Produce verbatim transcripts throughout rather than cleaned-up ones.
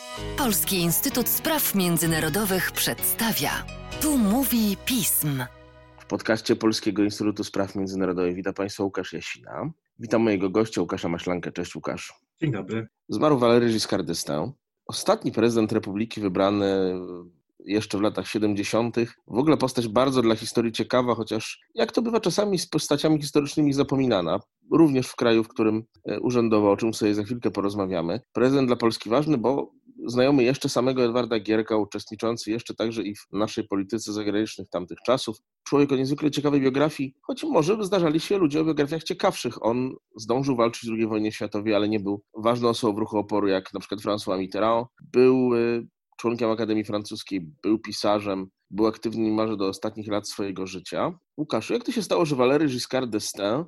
Polski Instytut Spraw Międzynarodowych przedstawia. Tu mówi pism. W podcaście Polskiego Instytutu Spraw Międzynarodowych witam Państwa Łukasz Jasina. Witam mojego gościa Łukasza Maślankę. Cześć Łukasz. Dzień dobry. Zmarł Valéry Giscard d'Estaing. Ostatni prezydent Republiki wybrany jeszcze w latach siedemdziesiątych. W ogóle postać bardzo dla historii ciekawa, chociaż jak to bywa czasami z postaciami historycznymi zapominana. Również w kraju, w którym urzędował, o czym sobie za chwilkę porozmawiamy. Prezydent dla Polski ważny, bo znajomy jeszcze samego Edwarda Gierka, uczestniczący jeszcze także i w naszej polityce zagranicznej tamtych czasów. Człowiek o niezwykle ciekawej biografii, choć może zdarzali się ludzie o biografiach ciekawszych. On zdążył walczyć w drugiej wojnie światowej, ale nie był ważną osobą w ruchu oporu, jak na przykład François Mitterrand. Był członkiem Akademii Francuskiej, był pisarzem, był aktywny niemalże do ostatnich lat swojego życia. Łukaszu, jak to się stało, że Valéry Giscard d'Estaing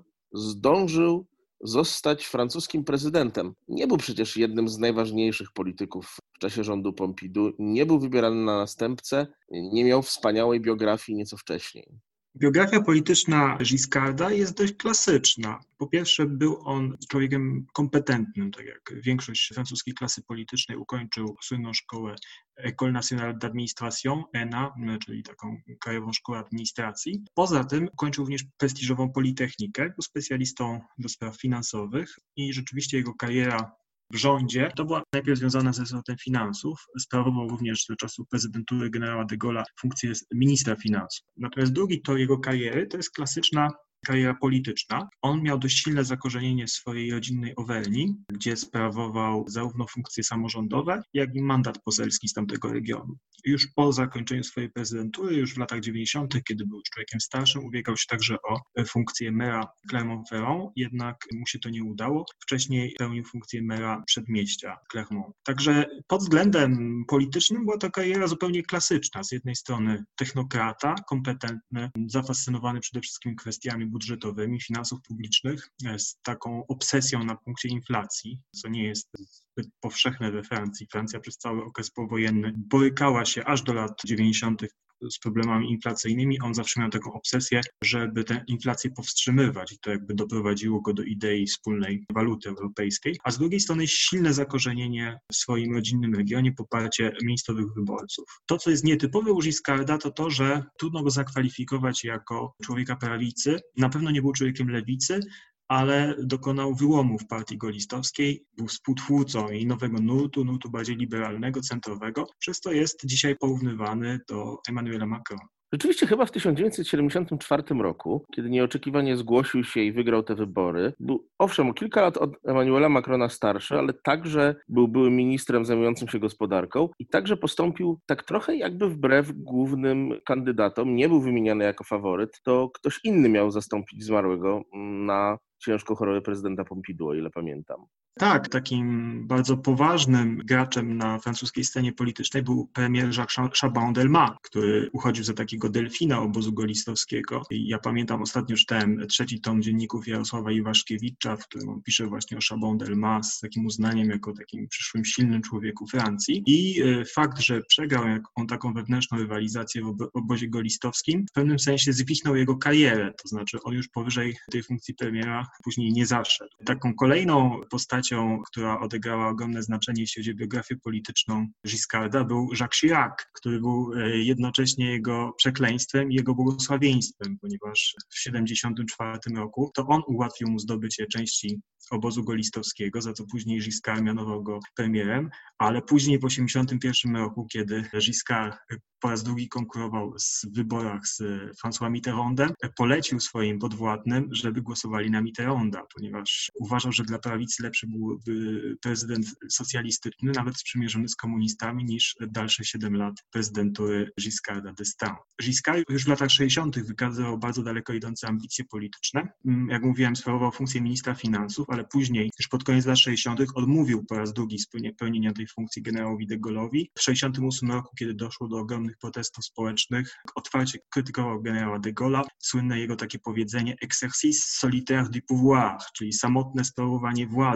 zdążył zostać francuskim prezydentem? Nie był przecież jednym z najważniejszych polityków w czasie rządu Pompidou, nie był wybierany na następcę, nie miał wspaniałej biografii nieco wcześniej. Biografia polityczna Giscarda jest dość klasyczna. Po pierwsze, był on człowiekiem kompetentnym, tak jak większość francuskiej klasy politycznej. Ukończył słynną szkołę École Nationale d'Administration, E N A, czyli taką krajową szkołę administracji. Poza tym ukończył również prestiżową Politechnikę, był specjalistą do spraw finansowych i rzeczywiście jego kariera w rządzie to była najpierw związana ze resortem finansów. Sprawował również do czasu prezydentury generała de Gaulle'a funkcję ministra finansów. Natomiast drugi tor jego kariery to jest klasyczna kariera polityczna. On miał dość silne zakorzenienie w swojej rodzinnej Auvergne, gdzie sprawował zarówno funkcje samorządowe, jak i mandat poselski z tamtego regionu. Już po zakończeniu swojej prezydentury, już w latach dziewięćdziesiątych, kiedy był już człowiekiem starszym, ubiegał się także o funkcję mera Clermont-Ferrand, jednak mu się to nie udało. Wcześniej pełnił funkcję mera przedmieścia Clermont. Także pod względem politycznym była to kariera zupełnie klasyczna. Z jednej strony technokrata, kompetentny, zafascynowany przede wszystkim kwestiami budżetowymi, finansów publicznych, z taką obsesją na punkcie inflacji, co nie jest zbyt powszechne we Francji. Francja przez cały okres powojenny borykała się aż do lat dziewięćdziesiątych z problemami inflacyjnymi. On zawsze miał taką obsesję, żeby tę inflację powstrzymywać i to jakby doprowadziło go do idei wspólnej waluty europejskiej. A z drugiej strony silne zakorzenienie w swoim rodzinnym regionie, poparcie miejscowych wyborców. To, co jest nietypowe u Giscarda, to to, że trudno go zakwalifikować jako człowieka prawicy. Na pewno nie był człowiekiem lewicy, ale dokonał wyłomu w partii gaullistowskiej, był współtwórcą jej nowego nurtu, nurtu bardziej liberalnego, centrowego, przez to jest dzisiaj porównywany do Emmanuela Macrona. Rzeczywiście chyba w tysiąc dziewięćset siedemdziesiątym czwartym roku, kiedy nieoczekiwanie zgłosił się i wygrał te wybory, był owszem o kilka lat od Emmanuela Macrona starszy, ale także był byłym ministrem zajmującym się gospodarką i także postąpił tak trochę jakby wbrew głównym kandydatom, nie był wymieniany jako faworyt, to ktoś inny miał zastąpić zmarłego na ciężką chorobę prezydenta Pompidou, o ile pamiętam. Tak, takim bardzo poważnym graczem na francuskiej scenie politycznej był premier Jacques Chaban-Delmas, który uchodził za takiego delfina obozu gaullistowskiego. I ja pamiętam, ostatnio czytałem trzeci tom dzienników Jarosława Iwaszkiewicza, w którym on pisze właśnie o Chaban-Delmas z takim uznaniem jako takim przyszłym silnym człowieku Francji. I fakt, że przegrał jak on taką wewnętrzną rywalizację w obozie gaullistowskim, w pewnym sensie zwichnął jego karierę, to znaczy on już powyżej tej funkcji premiera później nie zaszedł. Taką kolejną postacią, która odegrała ogromne znaczenie, jeśli chodzi o biografię polityczną Giscarda, był Jacques Chirac, który był jednocześnie jego przekleństwem i jego błogosławieństwem, ponieważ w siedemdziesiątym czwartym roku to on ułatwił mu zdobycie części obozu gaullistowskiego, za co później Giscard mianował go premierem, ale później w osiemdziesiątym pierwszym roku, kiedy Giscard po raz drugi konkurował w wyborach z François Mitterrandem, polecił swoim podwładnym, żeby głosowali na Mitterranda, ponieważ uważał, że dla prawicy lepszy byłby prezydent socjalistyczny, nawet sprzymierzony z komunistami, niż dalsze siedem lat prezydentury Giscarda d'Estaing. Giscard już w latach sześćdziesiątych wykazywał bardzo daleko idące ambicje polityczne. Jak mówiłem, sprawował funkcję ministra finansów, ale później, już pod koniec lat sześćdziesiątych odmówił po raz drugi pełnienia tej funkcji generałowi de Gaulle'owi. W sześćdziesiątym ósmym roku, kiedy doszło do ogromnych protestów społecznych, otwarcie krytykował generała de Gaulle'a. Słynne jego takie powiedzenie exercice solitaire du pouvoir, czyli samotne sprawowanie władzy.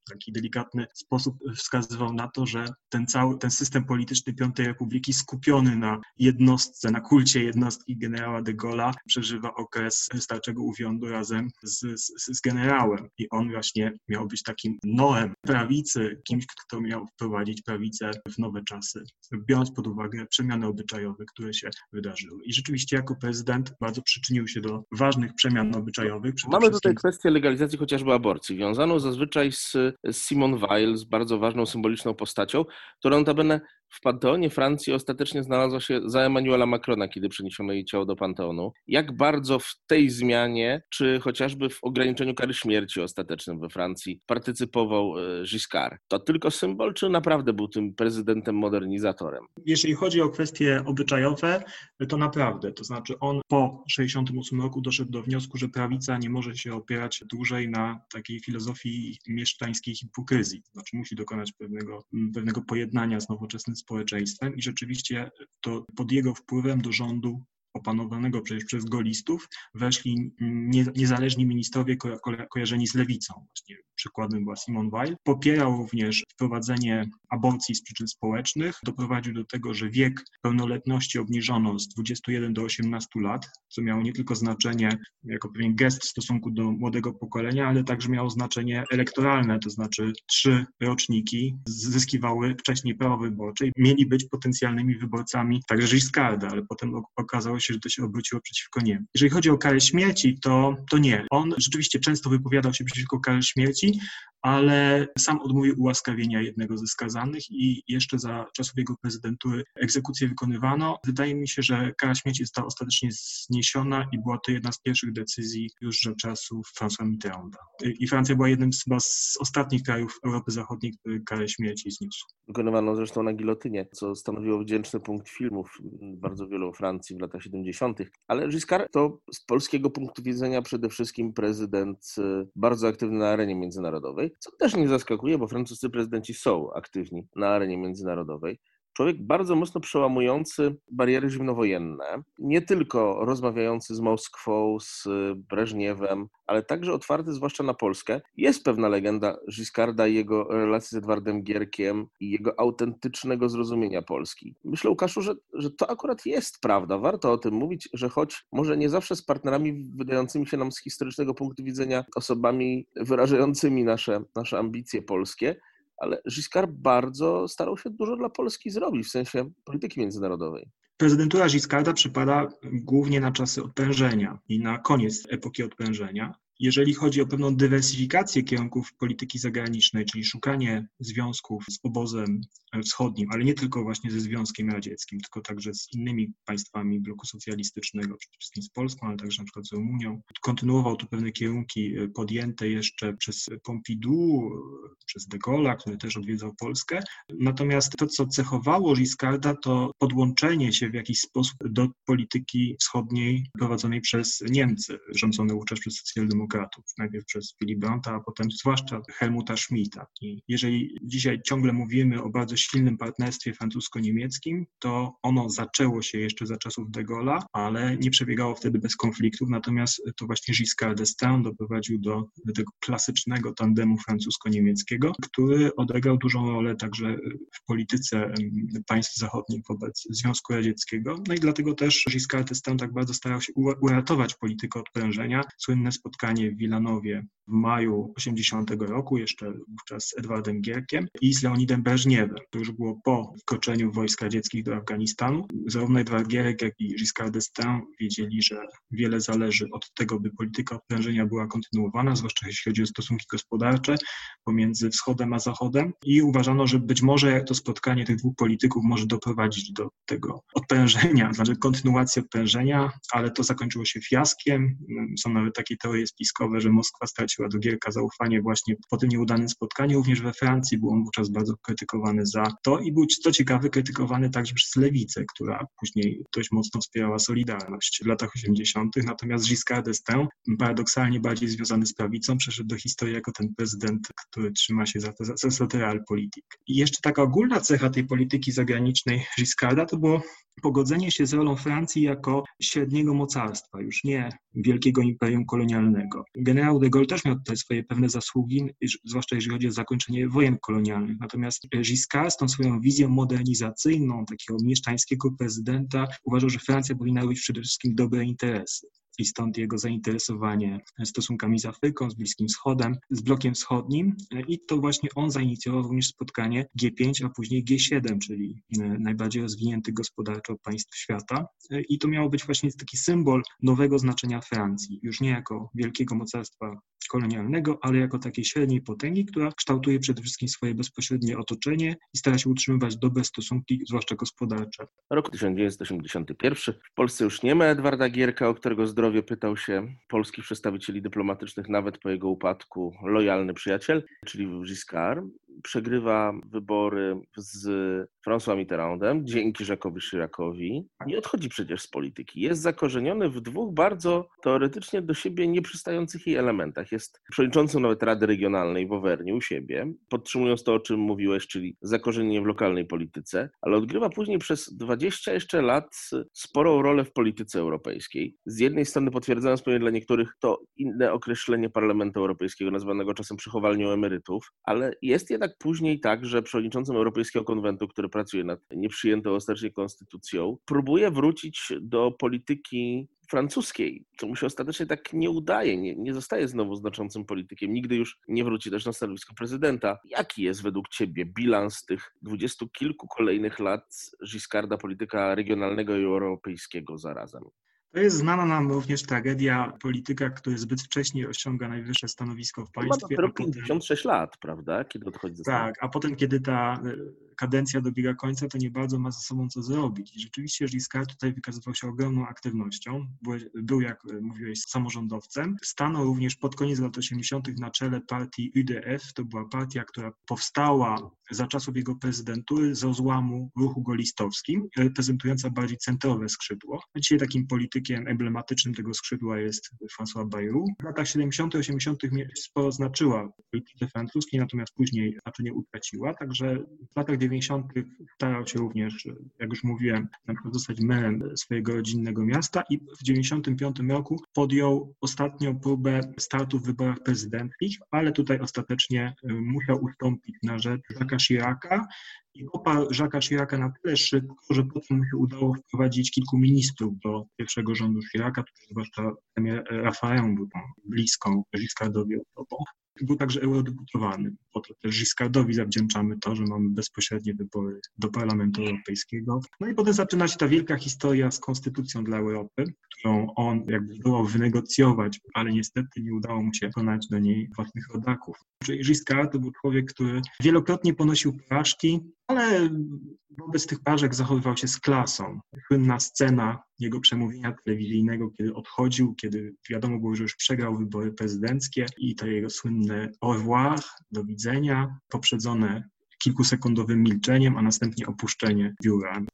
taki delikatny sposób wskazywał na to, że ten cały ten system polityczny Piątej Republiki skupiony na jednostce, na kulcie jednostki generała de Gaulle'a przeżywa okres starczego uwiądu razem z, z, z generałem. I on właśnie miał być takim noem prawicy, kimś, kto miał wprowadzić prawicę w nowe czasy, biorąc pod uwagę przemiany obyczajowe, które się wydarzyły. I rzeczywiście jako prezydent bardzo przyczynił się do ważnych przemian obyczajowych. Mamy tutaj kwestię legalizacji chociażby aborcji, wiązaną zazwyczaj z, z Simone Weil, z bardzo ważną, symboliczną postacią, która notabene w Panteonie Francji ostatecznie znalazła się za Emmanuela Macrona, kiedy przeniesiono jej ciało do Panteonu. Jak bardzo w tej zmianie, czy chociażby w ograniczeniu kary śmierci ostatecznym we Francji partycypował Giscard? To tylko symbol, czy naprawdę był tym prezydentem modernizatorem? Jeżeli chodzi o kwestie obyczajowe, to naprawdę. To znaczy on po sześćdziesiątym ósmym roku doszedł do wniosku, że prawica nie może się opierać dłużej na takiej filozofii mieszczańskiej hipokryzji. To znaczy musi dokonać pewnego, pewnego pojednania z nowoczesnym społeczeństwem i rzeczywiście to pod jego wpływem do rządu opanowanego przecież przez golistów weszli nie, niezależni ministrowie ko, ko, kojarzeni z lewicą. Właśnie przykładem była Simone Weil. Popierał również wprowadzenie aborcji z przyczyn społecznych. Doprowadził do tego, że wiek pełnoletności obniżono z dwudziestu jeden do osiemnastu lat, co miało nie tylko znaczenie jako pewien gest w stosunku do młodego pokolenia, ale także miało znaczenie elektoralne, to znaczy trzy roczniki zyskiwały wcześniej prawo wyborcze i mieli być potencjalnymi wyborcami także Giscarda, ale potem okazało się, że to się obróciło przeciwko niemu. Jeżeli chodzi o karę śmierci, to, to nie. On rzeczywiście często wypowiadał się przeciwko karze śmierci, ale sam odmówił ułaskawienia jednego ze skazanych i jeszcze za czasów jego prezydentury egzekucję wykonywano. Wydaje mi się, że kara śmierci została ostatecznie zniesiona i była to jedna z pierwszych decyzji już za czasów François Mitterranda. I Francja była jednym z, chyba z ostatnich krajów Europy Zachodniej, który karę śmierci zniósł. Wykonywano zresztą na gilotynie, co stanowiło wdzięczny punkt filmów bardzo wielu o Francji w latach siedemdziesiątych. Ale Giscard to z polskiego punktu widzenia przede wszystkim prezydent bardzo aktywny na arenie międzynarodowej, co też nie zaskakuje, bo francuscy prezydenci są aktywni na arenie międzynarodowej. Człowiek bardzo mocno przełamujący bariery zimnowojenne, nie tylko rozmawiający z Moskwą, z Breżniewem, ale także otwarty zwłaszcza na Polskę. Jest pewna legenda Giscarda i jego relacji z Edwardem Gierkiem i jego autentycznego zrozumienia Polski. Myślę, Łukaszu, że, że to akurat jest prawda. Warto o tym mówić, że choć może nie zawsze z partnerami wydającymi się nam z historycznego punktu widzenia osobami wyrażającymi nasze, nasze ambicje polskie, ale Giscard bardzo starał się dużo dla Polski zrobić w sensie polityki międzynarodowej. Prezydentura Giscarda przypada głównie na czasy odprężenia i na koniec epoki odprężenia. Jeżeli chodzi o pewną dywersyfikację kierunków polityki zagranicznej, czyli szukanie związków z obozem wschodnim, ale nie tylko właśnie ze Związkiem Radzieckim, tylko także z innymi państwami bloku socjalistycznego, przede wszystkim z Polską, ale także na przykład z Rumunią. Kontynuował tu pewne kierunki podjęte jeszcze przez Pompidou, przez de Gaulle'a, który też odwiedzał Polskę. Natomiast to, co cechowało Giscarda, to podłączenie się w jakiś sposób do polityki wschodniej prowadzonej przez Niemcy, rządzone wówczas przez socjaldemokratów. Najpierw przez Willy Brandta, a potem zwłaszcza Helmuta Schmidta. I jeżeli dzisiaj ciągle mówimy o bardzo silnym partnerstwie francusko-niemieckim, to ono zaczęło się jeszcze za czasów de Gaulle'a, ale nie przebiegało wtedy bez konfliktów, natomiast to właśnie Giscard d'Estaing doprowadził do tego klasycznego tandemu francusko-niemieckiego, który odegrał dużą rolę także w polityce państw zachodnich wobec Związku Radzieckiego. No i dlatego też Giscard d'Estaing tak bardzo starał się uratować politykę odprężenia. Słynne spotkanie w Wilanowie w maju osiemdziesiątego roku, jeszcze wówczas z Edwardem Gierkiem i z Leonidem Breżniewem. To już było po wkroczeniu wojsk radzieckich do Afganistanu. Zarówno Edward Gierek, jak i Giscard d'Estaing wiedzieli, że wiele zależy od tego, by polityka odprężenia była kontynuowana, zwłaszcza jeśli chodzi o stosunki gospodarcze pomiędzy Wschodem a Zachodem i uważano, że być może to spotkanie tych dwóch polityków może doprowadzić do tego odprężenia, znaczy kontynuacji odprężenia, ale to zakończyło się fiaskiem. Są nawet takie teorie spiskowe, że Moskwa straciła do Gierka zaufanie właśnie po tym nieudanym spotkaniu. Również we Francji był on wówczas bardzo krytykowany za to i był, co ciekawe, krytykowany także przez lewicę, która później dość mocno wspierała Solidarność w latach osiemdziesiątych. Natomiast Giscard d'Estaing, paradoksalnie bardziej związany z prawicą, przeszedł do historii jako ten prezydent, który trzyma się za zasad realpolitik. I jeszcze taka ogólna cecha tej polityki zagranicznej Giscarda to było pogodzenie się z rolą Francji jako średniego mocarstwa, już nie wielkiego imperium kolonialnego. Generał de Gaulle też miał tutaj swoje pewne zasługi, zwłaszcza jeżeli chodzi o zakończenie wojen kolonialnych. Natomiast Giscard z tą swoją wizją modernizacyjną, takiego mieszczańskiego prezydenta, uważał, że Francja powinna robić przede wszystkim dobre interesy. I stąd jego zainteresowanie stosunkami z Afryką, z Bliskim Wschodem, z blokiem wschodnim. I to właśnie on zainicjował również spotkanie G pięć, a później G siedem, czyli najbardziej rozwiniętych gospodarczo państw świata. I to miało być właśnie taki symbol nowego znaczenia Francji, już nie jako wielkiego mocarstwa kolonialnego, ale jako takiej średniej potęgi, która kształtuje przede wszystkim swoje bezpośrednie otoczenie i stara się utrzymywać dobre stosunki, zwłaszcza gospodarcze. Rok tysiąc dziewięćset osiemdziesiąty pierwszy. W Polsce już nie ma Edwarda Gierka, o którego zdrowie pytał się polskich przedstawicieli dyplomatycznych nawet po jego upadku lojalny przyjaciel, czyli Giscard. Przegrywa wybory z François Mitterrandem dzięki Jacquesowi Chiracowi. Nie odchodzi przecież z polityki. Jest zakorzeniony w dwóch bardzo teoretycznie do siebie nieprzystających jej elementach. Jest przewodniczącym nawet Rady Regionalnej w Auvergne u siebie, podtrzymując to, o czym mówiłeś, czyli zakorzenienie w lokalnej polityce, ale odgrywa później przez dwadzieścia jeszcze lat sporą rolę w polityce europejskiej. Z jednej strony potwierdzając pewnie dla niektórych to inne określenie Parlamentu Europejskiego, nazwanego czasem przechowalnią emerytów, ale jest jednak później tak, że przewodniczącym Europejskiego Konwentu, który pracuje nad nieprzyjętą ostatecznie konstytucją, próbuje wrócić do polityki francuskiej, co mu się ostatecznie tak nie udaje, nie, nie zostaje znowu znaczącym politykiem, nigdy już nie wróci też na stanowisko prezydenta. Jaki jest według ciebie bilans tych dwudziestu kilku kolejnych lat Giscarda, polityka regionalnego i europejskiego zarazem? To jest znana nam również tragedia polityka, który zbyt wcześnie osiąga najwyższe stanowisko w państwie. Ma dopiero pięćdziesiąt sześć lat, prawda? Kiedy odchodzi ze Tak, a potem, kiedy ta kadencja dobiega końca, to nie bardzo ma ze sobą co zrobić. I rzeczywiście Giscard tutaj wykazywał się ogromną aktywnością. Był, był, jak mówiłeś, samorządowcem. Stanął również pod koniec lat osiemdziesiątych na czele partii U D F. To była partia, która powstała za czasów jego prezydentury z rozłamu ruchu gaullistowskim, reprezentująca bardziej centrowe skrzydło. Dzisiaj takim politykiem emblematycznym tego skrzydła jest François Bayrou. W latach siedemdziesiątych, osiemdziesiątych sporo znaczyła w polityce francuskiej, natomiast później znaczenie utraciła. Także w latach dziewięćdziesiątych starał się również, jak już mówiłem, na przykład zostać merem swojego rodzinnego miasta i w dziewięćdziesiątym piątym roku podjął ostatnią próbę startu w wyborach prezydenckich, ale tutaj ostatecznie musiał ustąpić na rzecz Jacques'a Chiraca i poparł Jacques'a Chiraca na tyle szybko, że potem mu się udało wprowadzić kilku ministrów do pierwszego rządu Chiraca, tutaj zwłaszcza premier Raffarin był tam bliską Giscardowi osobą. Był także eurodeputowany. Po to też Giscardowi zawdzięczamy to, że mamy bezpośrednie wybory do Parlamentu Europejskiego. No i potem zaczyna się ta wielka historia z Konstytucją dla Europy, którą on jakby zdołał wynegocjować, ale niestety nie udało mu się pokonać do niej własnych rodaków. Czyli Giscard to był człowiek, który wielokrotnie ponosił porażki, ale wobec tych porażek zachowywał się z klasą. Słynna scena jego przemówienia telewizyjnego, kiedy odchodził, kiedy wiadomo było, że już przegrał wybory prezydenckie i to jego słynne au revoir, do widzenia, poprzedzone kilkusekundowym milczeniem, a następnie opuszczenie biura.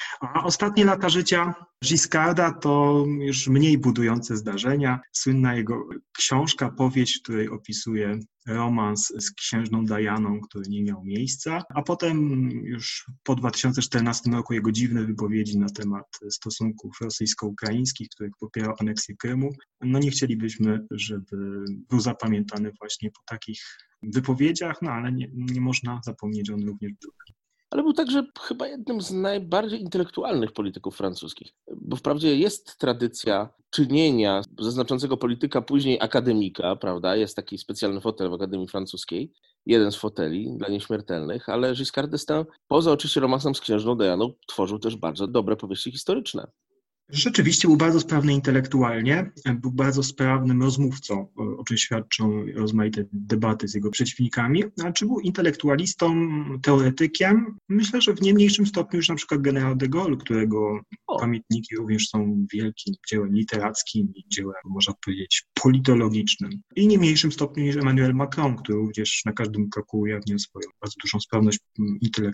A ostatnie lata życia Giscarda to już mniej budujące zdarzenia. Słynna jego książka, powieść, w której opisuje romans z księżną Dianą, który nie miał miejsca, a potem już po dwa tysiące czternastym roku jego dziwne wypowiedzi na temat stosunków rosyjsko-ukraińskich, w których popierał aneksję Krymu. No nie chcielibyśmy, żeby był zapamiętany właśnie po takich wypowiedziach, no ale nie, nie można zapomnieć, on również był. Ale był także chyba jednym z najbardziej intelektualnych polityków francuskich, bo wprawdzie jest tradycja czynienia ze znaczącego polityka później akademika, prawda? Jest taki specjalny fotel w Akademii Francuskiej, jeden z foteli dla nieśmiertelnych, ale Giscard d'Estaing, poza oczywiście romansem z księżną Dianą, tworzył też bardzo dobre powieści historyczne. Rzeczywiście był bardzo sprawny intelektualnie, był bardzo sprawnym rozmówcą, o czym świadczą rozmaite debaty z jego przeciwnikami. A czy był intelektualistą, teoretykiem? Myślę, że w nie mniejszym stopniu już na przykład generał de Gaulle, którego o. pamiętniki również są wielkim dziełem literackim i dziełem, można powiedzieć, politologicznym. I nie mniejszym stopniu niż Emmanuel Macron, który również na każdym kroku ujawniał swoją bardzo dużą sprawność intelektualną.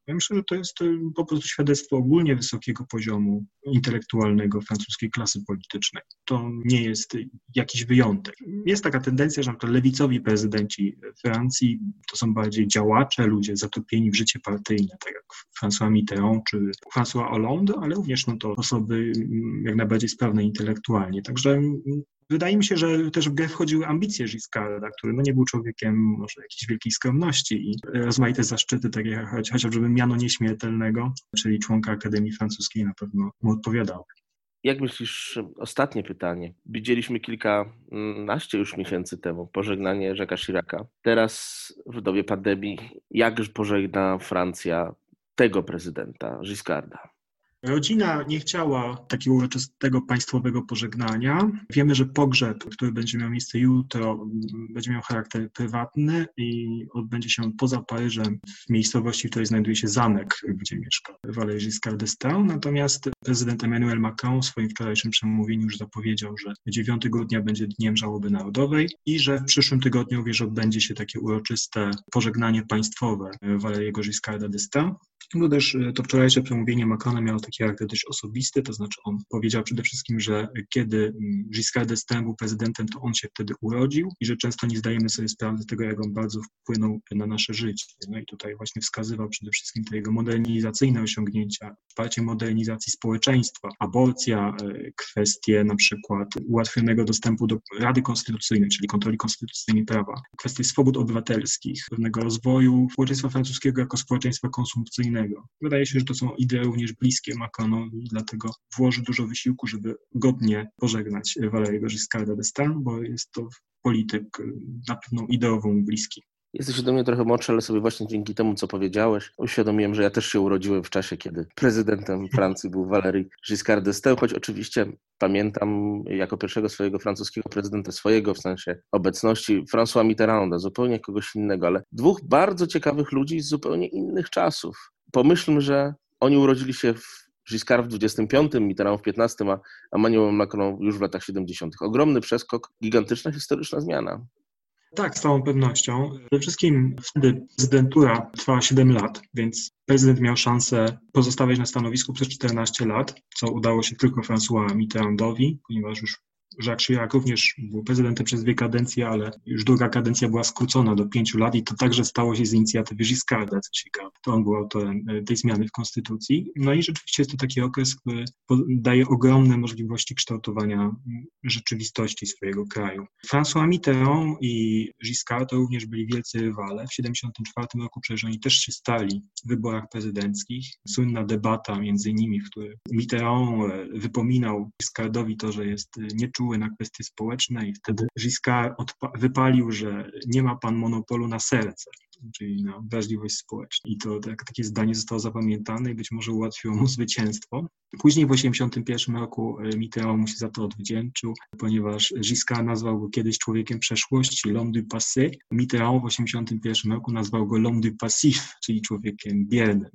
Ja myślę, że to jest po prostu świadectwo ogólnie wysokiego poziomu intelektualnego francuskiej klasy politycznej. To nie jest jakiś wyjątek. Jest taka tendencja, że na przykład lewicowi prezydenci Francji to są bardziej działacze, ludzie zatopieni w życie partyjne, tak jak François Mitterrand czy François Hollande, ale również no, to osoby jak najbardziej sprawne intelektualnie. Także wydaje mi się, że też w grę wchodziły ambicje Giscarda, który no nie był człowiekiem może jakiejś wielkiej skromności i rozmaite zaszczyty, takie jak chociażby miano nieśmiertelnego, czyli członka Akademii Francuskiej, na pewno mu odpowiadały. Jak myślisz, ostatnie pytanie. Widzieliśmy kilkanaście już miesięcy temu pożegnanie Jacques'a Chiraca. Teraz w dobie pandemii, jak pożegna Francja tego prezydenta Giscarda? Rodzina nie chciała takiego uroczystego państwowego pożegnania. Wiemy, że pogrzeb, który będzie miał miejsce jutro, będzie miał charakter prywatny i odbędzie się poza Paryżem, w miejscowości, w której znajduje się zamek, gdzie mieszka Valéry Giscard d'Estaing. Natomiast prezydent Emmanuel Macron w swoim wczorajszym przemówieniu już zapowiedział, że dziewiątego grudnia będzie Dniem Żałoby Narodowej i że w przyszłym tygodniu również odbędzie się takie uroczyste pożegnanie państwowe Valéry'ego Giscarda d'Estaing. No też to wczorajsze przemówienie Macrona miało taki charakter dość osobisty, to znaczy on powiedział przede wszystkim, że kiedy Giscard d'Estaing był prezydentem, to on się wtedy urodził i że często nie zdajemy sobie sprawy z tego, jak on bardzo wpłynął na nasze życie. No i tutaj właśnie wskazywał przede wszystkim te jego modernizacyjne osiągnięcia, wsparcie modernizacji społeczeństwa, aborcja, kwestie na przykład ułatwionego dostępu do Rady Konstytucyjnej, czyli kontroli konstytucyjnej prawa, kwestie swobód obywatelskich, pewnego rozwoju społeczeństwa francuskiego jako społeczeństwa konsumpcyjnego. Wydaje się, że to są idee również bliskie Macronowi, dlatego włoży dużo wysiłku, żeby godnie pożegnać Valéry'ego Giscarda d'Estaing, bo jest to polityk na pewno ideowo bliski. Jesteś do mnie trochę młodszy, ale sobie właśnie dzięki temu, co powiedziałeś, uświadomiłem, że ja też się urodziłem w czasie, kiedy prezydentem Francji był Valéry Giscard d'Estaing, choć oczywiście pamiętam jako pierwszego swojego francuskiego prezydenta, swojego w sensie obecności, François Mitterranda, zupełnie kogoś innego, ale dwóch bardzo ciekawych ludzi z zupełnie innych czasów. Pomyślmy, że oni urodzili się w Giscard w dwudziestym piątym, Mitterrand w piętnastym, a Emmanuel Macron już w latach siedemdziesiątych. Ogromny przeskok, gigantyczna historyczna zmiana. Tak, z całą pewnością. Przede wszystkim wtedy prezydentura trwała siedem lat, więc prezydent miał szansę pozostawać na stanowisku przez czternaście lat, co udało się tylko François Mitterrandowi, ponieważ już Jacques Chirac również był prezydentem przez dwie kadencje, ale już druga kadencja była skrócona do pięciu lat i to także stało się z inicjatywy Giscarda, co ciekawe. To on był autorem tej zmiany w konstytucji. No i rzeczywiście jest to taki okres, który daje ogromne możliwości kształtowania rzeczywistości swojego kraju. François Mitterrand i Giscard to również byli wielcy rywale. W tysiąc dziewięćset siedemdziesiątym czwartym roku przecież oni też się stali w wyborach prezydenckich. Słynna debata między nimi, w której Mitterrand wypominał Giscardowi to, że jest nieczuły na kwestie społeczne i wtedy Giscard odpa- wypalił, że nie ma pan monopolu na serce, czyli na wrażliwość społeczną. I to tak, takie zdanie zostało zapamiętane i być może ułatwiło mu zwycięstwo. Później w tysiąc dziewięćset osiemdziesiątym pierwszym roku Mitterrand mu się za to odwdzięczył, ponieważ Giscard nazwał go kiedyś człowiekiem przeszłości, l'homme du passé. Mitterrand w tysiąc dziewięćset osiemdziesiątym pierwszym roku nazwał go l'homme du passif, czyli człowiekiem biernym,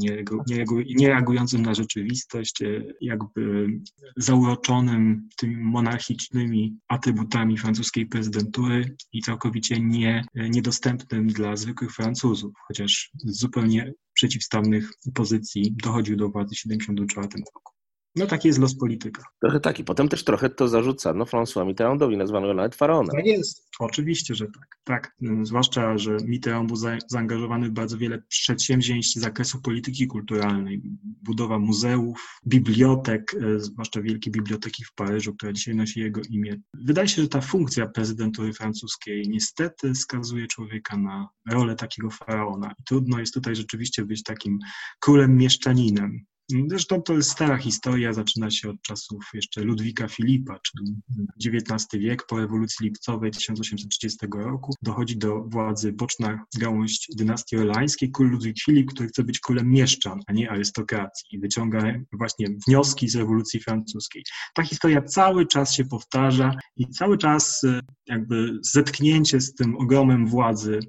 niereagującym na rzeczywistość, jakby zauroczonym tymi monarchicznymi atrybutami francuskiej prezydentury i całkowicie nie, niedostępnym dla zwykłych Francuzów, chociaż z zupełnie przeciwstawnych pozycji dochodził do władzy w tysiąc dziewięćset siedemdziesiątym czwartym roku. No taki jest los polityka. Trochę tak i potem też trochę to zarzucano François Mitterrandowi, nazwano go nawet faraonem. Tak jest, oczywiście, że tak. Tak, zwłaszcza, że Mitterrand był za, zaangażowany w bardzo wiele przedsięwzięć z zakresu polityki kulturalnej. Budowa muzeów, bibliotek, zwłaszcza wielkiej biblioteki w Paryżu, która dzisiaj nosi jego imię. Wydaje się, że ta funkcja prezydentury francuskiej niestety skazuje człowieka na rolę takiego faraona. I trudno jest tutaj rzeczywiście być takim królem mieszczaninem. Zresztą to jest stara historia, zaczyna się od czasów jeszcze Ludwika Filipa, czyli dziewiętnasty wiek, po rewolucji lipcowej tysiąc osiemset trzydziestego roku. Dochodzi do władzy boczna gałąź dynastii orleańskiej, król Ludwik Filip, który chce być królem mieszczan, a nie arystokracji i wyciąga właśnie wnioski z rewolucji francuskiej. Ta historia cały czas się powtarza i cały czas jakby zetknięcie z tym ogromem władzy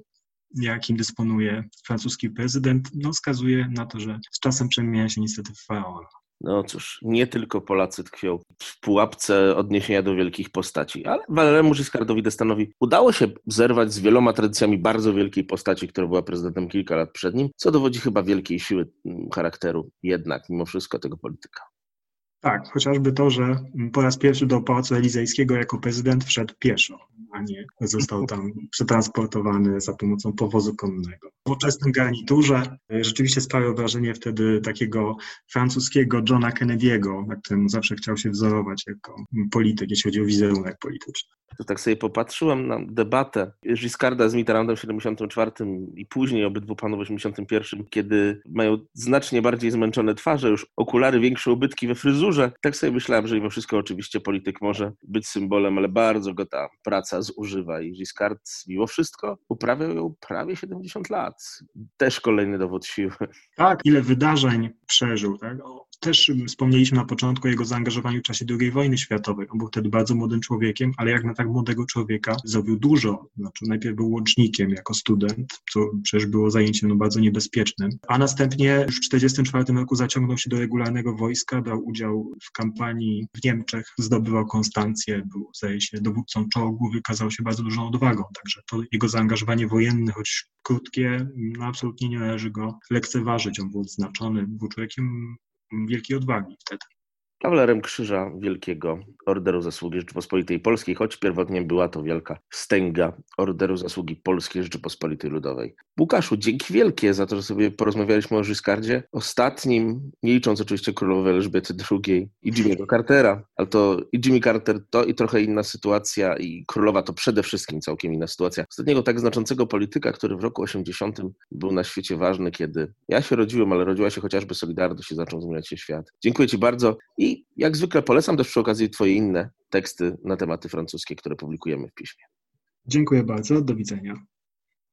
jakim dysponuje francuski prezydent, no, wskazuje na to, że z czasem przemienia się niestety w faraona. No cóż, nie tylko Polacy tkwią w pułapce odniesienia do wielkich postaci, ale Valéremu Giscardowi d'Estaingowi udało się zerwać z wieloma tradycjami bardzo wielkiej postaci, która była prezydentem kilka lat przed nim, co dowodzi chyba wielkiej siły charakteru jednak mimo wszystko tego polityka. Tak, chociażby to, że po raz pierwszy do Pałacu Elizejskiego jako prezydent wszedł pieszo, a nie został tam przetransportowany za pomocą powozu konnego. W nowoczesnym garniturze rzeczywiście sprawiał wrażenie wtedy takiego francuskiego Johna Kennedy'ego, na którym zawsze chciał się wzorować jako polityk, jeśli chodzi o wizerunek polityczny. To tak sobie popatrzyłem na debatę Giscarda z Mitterrandem w siedemdziesiątym czwartym i później obydwu panów w osiemdziesiątym pierwszym, kiedy mają znacznie bardziej zmęczone twarze, już okulary, większe ubytki we fryzurze. Tak sobie myślałem, że mimo wszystko oczywiście polityk może być symbolem, ale bardzo go ta praca zużywa i Giscard mimo wszystko uprawiał ją prawie siedemdziesiąt lat. Też kolejny dowód siły. Tak, ile wydarzeń przeżył, tak? Też wspomnieliśmy na początku o jego zaangażowaniu w czasie drugiej wojny światowej. On był wtedy bardzo młodym człowiekiem, ale jak na tak młodego człowieka zrobił dużo. Znaczy, najpierw był łącznikiem jako student, co przecież było zajęciem no, bardzo niebezpiecznym, a następnie już w tysiąc dziewięćset czterdziestym czwartym roku zaciągnął się do regularnego wojska, brał udział w kampanii w Niemczech, zdobywał Konstancję, był, zdaje się, dowódcą czołgu, wykazał się bardzo dużą odwagą. Także to jego zaangażowanie wojenne, choć krótkie, no, absolutnie nie należy go lekceważyć. On był odznaczony, był człowiekiem wielkiej odwagi wtedy. Kawalerem Krzyża Wielkiego Orderu Zasługi Rzeczypospolitej Polskiej, choć pierwotnie była to wielka wstęga Orderu Zasługi Polskiej Rzeczypospolitej Ludowej. Łukaszu, dzięki wielkie za to, że sobie porozmawialiśmy o Giscardzie, ostatnim, nie licząc oczywiście królowej Elżbiety drugiej i Jimmy'ego Cartera, ale to i Jimmy Carter to i trochę inna sytuacja i królowa to przede wszystkim całkiem inna sytuacja. Ostatniego tak znaczącego polityka, który w roku osiemdziesiątym był na świecie ważny, kiedy ja się rodziłem, ale rodziła się chociażby Solidarność i zaczął zmieniać się świat. Dziękuję Ci bardzo i jak zwykle polecam też przy okazji Twoje inne teksty na tematy francuskie, które publikujemy w piśmie. Dziękuję bardzo, do widzenia.